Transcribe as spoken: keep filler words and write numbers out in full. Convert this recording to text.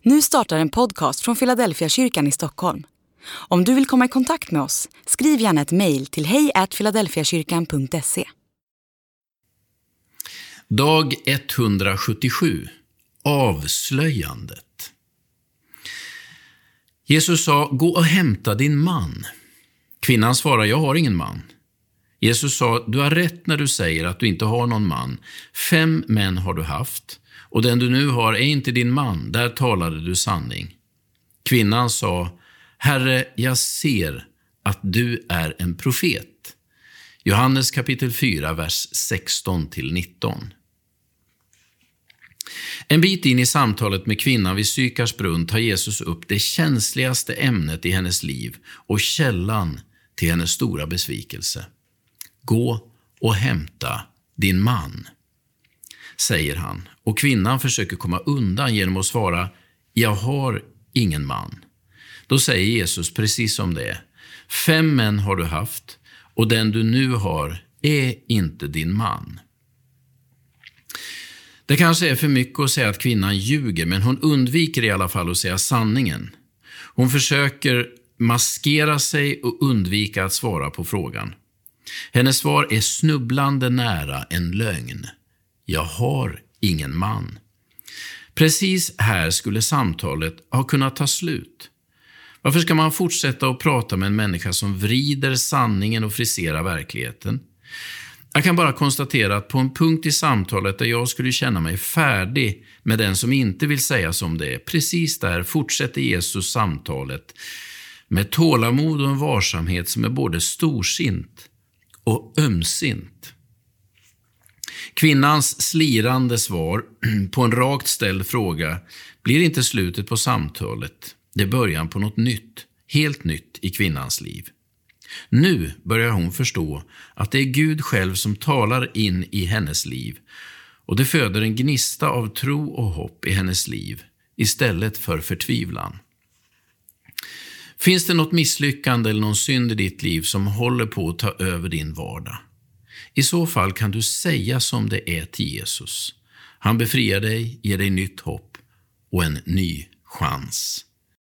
Nu startar en podcast från Philadelphia kyrkan i Stockholm. Om du vill komma i kontakt med oss, skriv gärna ett mejl till hej at philadelphiakyrkan punkt se. Dag etthundrasjuttiosju. Avslöjandet. Jesus sa, gå och hämta din man. Kvinnan svarade, jag har ingen man. Jesus sa, du har rätt när du säger att du inte har någon man. Fem män har du haft, och den du nu har är inte din man. Där talade du sanning. Kvinnan sa, Herre, jag ser att du är en profet. Johannes kapitel fyra, vers sexton till nitton. En bit in i samtalet med kvinnan vid Sykars brunn tar Jesus upp det känsligaste ämnet i hennes liv och källan till hennes stora besvikelse. Gå och hämta din man, säger han. Och kvinnan försöker komma undan genom att svara, jag har ingen man. Då säger Jesus precis som det är. Fem män har du haft, och den du nu har är inte din man. Det kanske är för mycket att säga att kvinnan ljuger, men hon undviker i alla fall att säga sanningen. Hon försöker maskera sig och undvika att svara på frågan. Hennes svar är snubblande nära en lögn. Jag har ingen man. Precis här skulle samtalet ha kunnat ta slut. Varför ska man fortsätta att prata med en människa som vrider sanningen och friserar verkligheten? Jag kan bara konstatera att på en punkt i samtalet där jag skulle känna mig färdig med den som inte vill säga som det är, precis där fortsätter Jesus samtalet med tålamod och en varsamhet som är både storsint och ömsint. Kvinnans slirande svar på en rakt ställd fråga blir inte slutet på samtalet. Det är början på något nytt, helt nytt i kvinnans liv. Nu börjar hon förstå att det är Gud själv som talar in i hennes liv, och det föder en gnista av tro och hopp i hennes liv istället för förtvivlan. Finns det något misslyckande eller någon synd i ditt liv som håller på att ta över din vardag? I så fall kan du säga som det är till Jesus. Han befriar dig, ger dig nytt hopp och en ny chans.